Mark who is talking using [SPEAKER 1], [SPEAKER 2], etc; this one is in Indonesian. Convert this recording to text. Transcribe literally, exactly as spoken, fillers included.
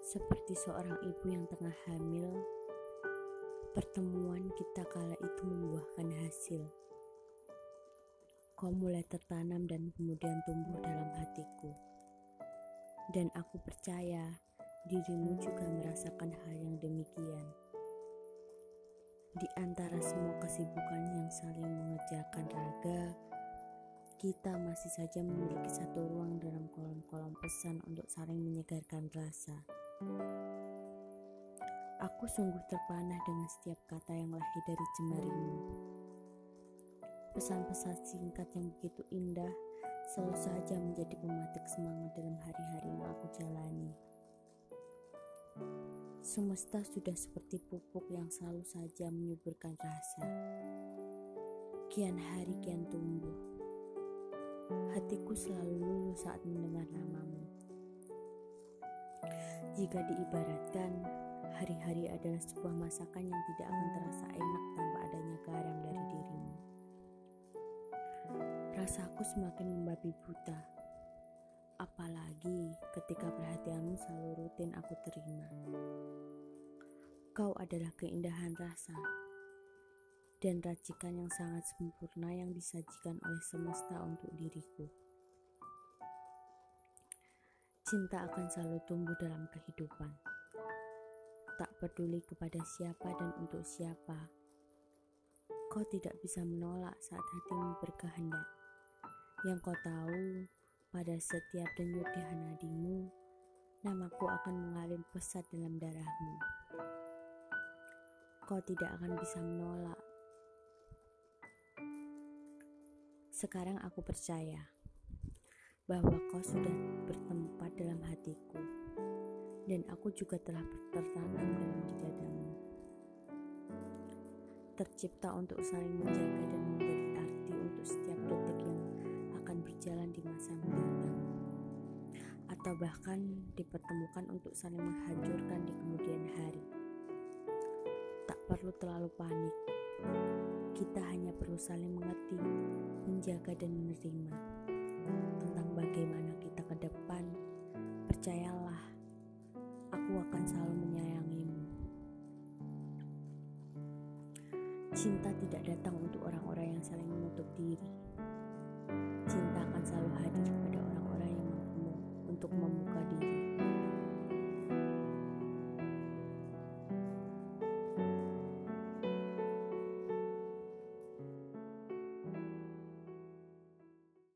[SPEAKER 1] Seperti seorang ibu yang tengah hamil, pertemuan kita kala itu membuahkan hasil. Kau mulai tertanam dan kemudian tumbuh dalam hatiku. Dan aku percaya dirimu juga merasakan hal yang demikian. Di antara semua kesibukan yang saling mengerjakan raga, kita masih saja memiliki satu ruang dalam kolom-kolom pesan untuk saling menyegarkan rasa. Aku sungguh terpanah dengan setiap kata yang lahir dari jemarimu. Pesan-pesan singkat yang begitu indah selalu saja menjadi pematik semangat dalam hari-hari yang aku jalani. Semesta sudah seperti pupuk yang selalu saja menyuburkan rasa. Kian hari kian tumbuh. Hatiku selalu luluh saat mendengar namamu. Jika diibaratkan, hari-hari adalah sebuah masakan yang tidak akan terasa enak tanpa adanya garam dari dirimu. Rasaku semakin membabi buta, apalagi ketika perhatianmu selalu rutin aku terima. Kau adalah keindahan rasa dan racikan yang sangat sempurna yang disajikan oleh semesta untuk diriku. Cinta akan selalu tumbuh dalam kehidupan. Tak peduli kepada siapa dan untuk siapa, kau tidak bisa menolak saat hatimu berkehendak. Yang kau tahu, pada setiap denyut di nadimu, namaku akan mengalir pesat dalam darahmu. Kau tidak akan bisa menolak. Sekarang aku percaya bahwa kau sudah bertempat dalam hatiku, dan aku juga telah tertanam dalam di dadamu. Tercipta untuk saling menjaga dan memberi arti untuk setiap detik yang akan berjalan di masa mendatang, atau bahkan dipertemukan untuk saling menghancurkan di kemudian hari. Tak perlu terlalu panik. Kita hanya perlu saling mengerti, menjaga dan menerima. Tentang bagaimana kita ke depan, percayalah, aku akan selalu menyayangimu. Cinta tidak datang untuk orang-orang yang saling menutup diri.